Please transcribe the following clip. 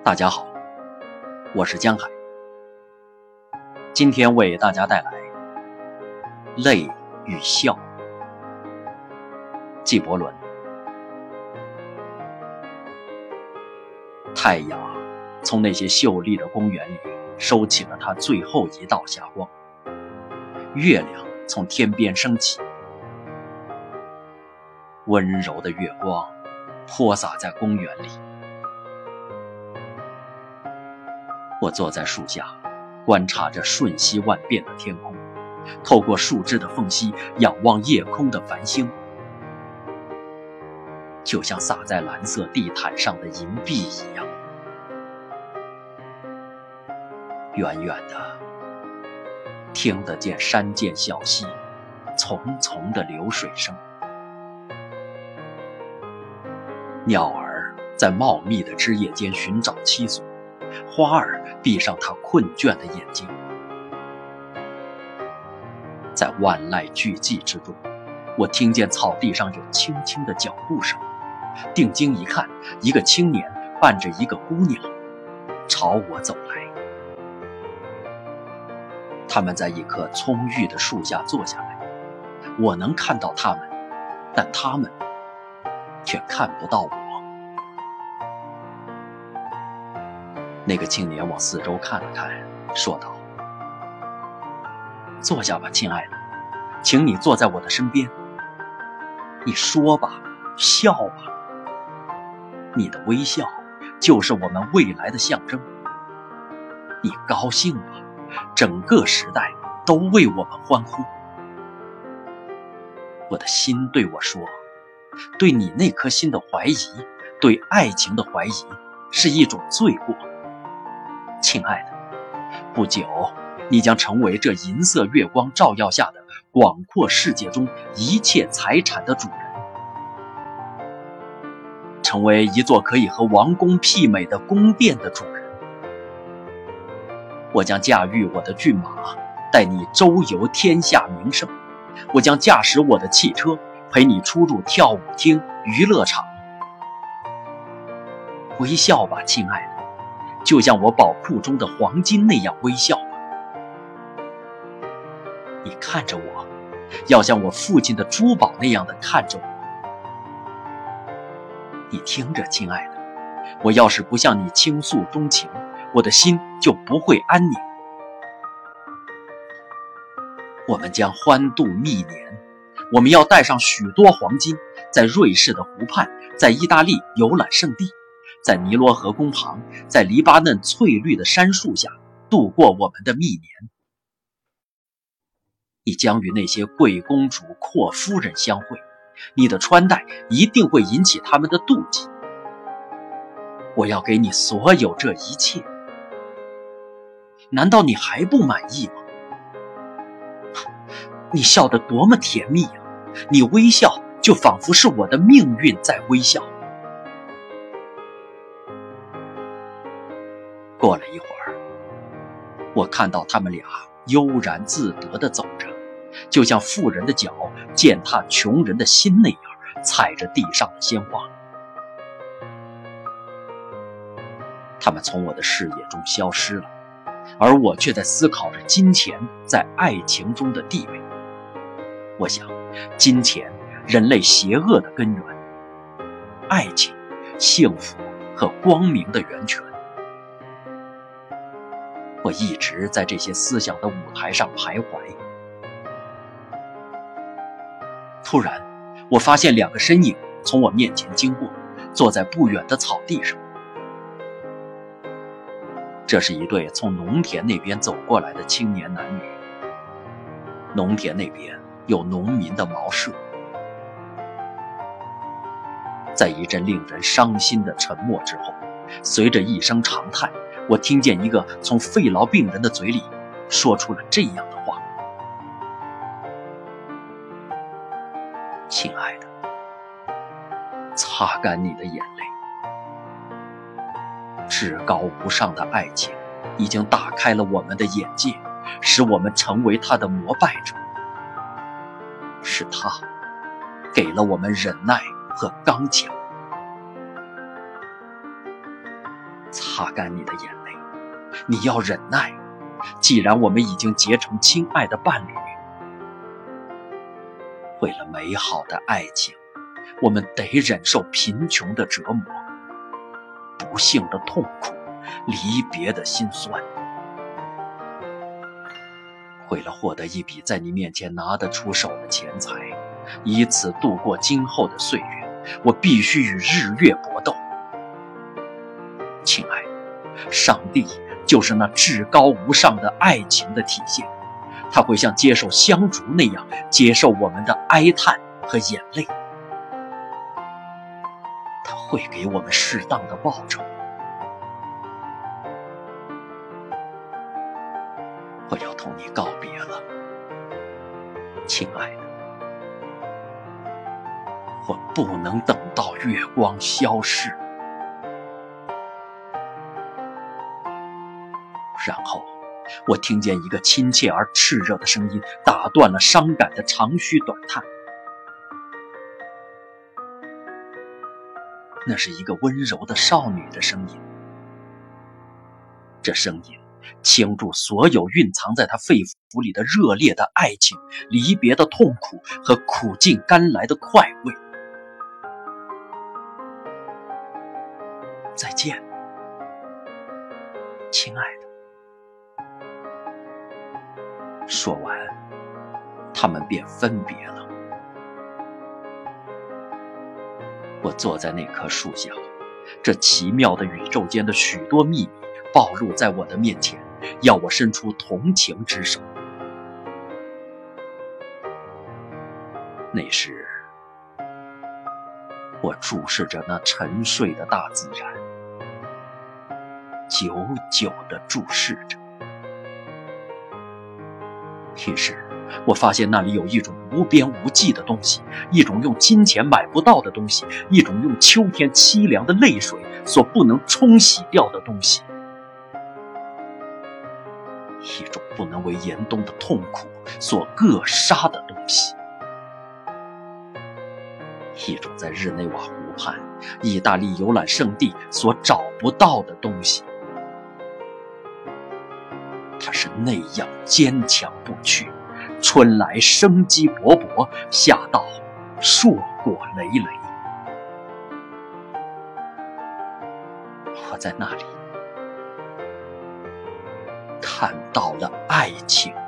大家好，我是江海，今天为大家带来泪与笑。纪伯伦。太阳从那些秀丽的公园里收起了它最后一道霞光，月亮从天边升起，温柔的月光泼洒在公园里。我坐在树下，观察着瞬息万变的天空，透过树枝的缝隙仰望夜空的繁星，就像洒在蓝色地毯上的银币一样。远远的听得见山涧小溪淙淙的流水声，鸟儿在茂密的枝叶间寻找栖所，花儿闭上它困倦的眼睛。在万籁俱寂之中，我听见草地上有轻轻的脚步声，定睛一看，一个青年伴着一个姑娘朝我走来。他们在一棵葱郁的树下坐下来，我能看到他们，但他们却看不到我。那个青年往四周看了看，说道：“坐下吧，亲爱的，请你坐在我的身边。你说吧，笑吧，你的微笑就是我们未来的象征。你高兴吧，整个时代都为我们欢呼。”我的心对我说，对你那颗心的怀疑，对爱情的怀疑，是一种罪过。亲爱的，不久你将成为这银色月光照耀下的广阔世界中一切财产的主人，成为一座可以和王宫媲美的宫殿的主人。我将驾驭我的骏马，带你周游天下名胜。我将驾驶我的汽车，陪你出入跳舞厅、娱乐场。微笑吧，亲爱的，就像我宝库中的黄金那样微笑吧。你看着我，要像我父亲的珠宝那样的看着我。你听着，亲爱的，我要是不向你倾诉衷情，我的心就不会安宁。我们将欢度密年，我们要带上许多黄金，在瑞士的湖畔，在意大利游览胜地，在尼罗河宫旁，在黎巴嫩翠绿的杉树下度过我们的密年。你将与那些贵公主、阔夫人相会，你的穿戴一定会引起他们的妒忌。我要给你所有这一切，难道你还不满意吗？你笑得多么甜蜜啊！你微笑就仿佛是我的命运在微笑。过了一会儿，我看到他们俩悠然自得地走着，就像富人的脚践踏穷人的心那样，踩着地上的鲜花。他们从我的视野中消失了，而我却在思考着金钱在爱情中的地位。我想，金钱，人类邪恶的根源；爱情，幸福和光明的源泉。我一直在这些思想的舞台上徘徊。突然，我发现两个身影从我面前经过，坐在不远的草地上。这是一对从农田那边走过来的青年男女。农田那边有农民的茅舍。在一阵令人伤心的沉默之后，随着一声长叹，我听见一个从肺痨病人的嘴里说出了这样的话：“亲爱的，擦干你的眼泪。至高无上的爱情已经打开了我们的眼界，使我们成为他的膜拜者。是他给了我们忍耐和刚强。 擦干你的眼泪，你要忍耐。既然我们已经结成亲爱的伴侣，为了美好的爱情，我们得忍受贫穷的折磨，不幸的痛苦，离别的心酸。为了获得一笔在你面前拿得出手的钱财，以此度过今后的岁月，我必须与日月搏斗。亲爱的，上帝就是那至高无上的爱情的体现，他会像接受香烛那样接受我们的哀叹和眼泪，他会给我们适当的报酬。我要同你告别了，亲爱的，我不能等到月光消逝。然后我听见一个亲切而炽热的声音打断了伤感的长吁短叹。那是一个温柔的少女的声音，这声音倾注所有蕴藏在她肺腑里的热烈的爱情、离别的痛苦和苦尽甘来的快慰。再见，亲爱的。说完，他们便分别了。我坐在那棵树下，这奇妙的宇宙间的许多秘密暴露在我的面前，要我伸出同情之手。那时，我注视着那沉睡的大自然，久久地注视着。于是我发现那里有一种无边无际的东西，一种用金钱买不到的东西，一种用秋天凄凉的泪水所不能冲洗掉的东西，一种不能为严冬的痛苦所扼杀的东西，一种在日内瓦湖畔意大利游览胜地所找不到的东西。它是那样坚强不屈，春来生机勃勃，夏到硕果累累。我在那里看到了爱情。